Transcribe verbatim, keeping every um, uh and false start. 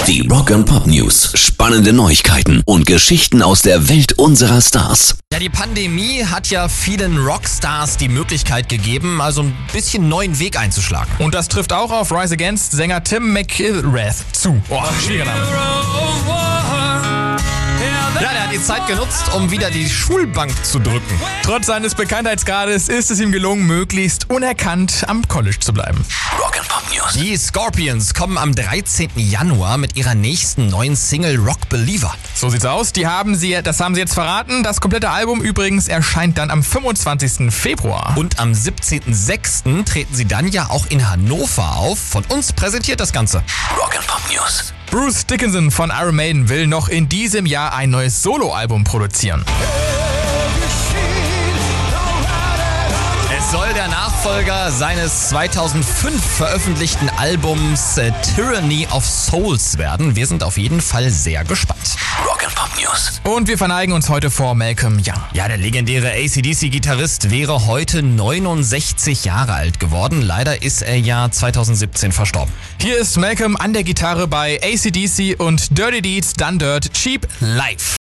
Die Rock and Pop News. Spannende Neuigkeiten und Geschichten aus der Welt unserer Stars. Ja, die Pandemie hat ja vielen Rockstars die Möglichkeit gegeben, also ein bisschen neuen Weg einzuschlagen. Und das trifft auch auf Rise Against Sänger Tim McIlrath zu. Oh, schwieriger Name. Ja, der hat die Zeit genutzt, um wieder die Schulbank zu drücken. Trotz seines Bekanntheitsgrades ist es ihm gelungen, möglichst unerkannt am College zu bleiben. Rock and Pop News. Die Scorpions kommen am dreizehnten Januar mit ihrer nächsten neuen Single Rock Believer. So sieht's aus. Die haben sie, das haben sie jetzt verraten. Das komplette Album übrigens erscheint dann am fünfundzwanzigsten Februar. Und am siebzehnten sechsten treten sie dann ja auch in Hannover auf. Von uns präsentiert das Ganze Rock and Pop News. Bruce Dickinson von Iron Maiden will noch in diesem Jahr ein neues Soloalbum produzieren. Es soll der Nachfolger seines zweitausendfünf veröffentlichten Albums äh, Tyranny of Souls werden. Wir sind auf jeden Fall sehr gespannt. Rock and Pop News. Und wir verneigen uns heute vor Malcolm Young. Ja, der legendäre A C D C-Gitarrist wäre heute neunundsechzig Jahre alt geworden. Leider ist er ja zweitausendsiebzehn verstorben. Hier ist Malcolm an der Gitarre bei A C D C und Dirty Deeds Done Dirt Cheap live.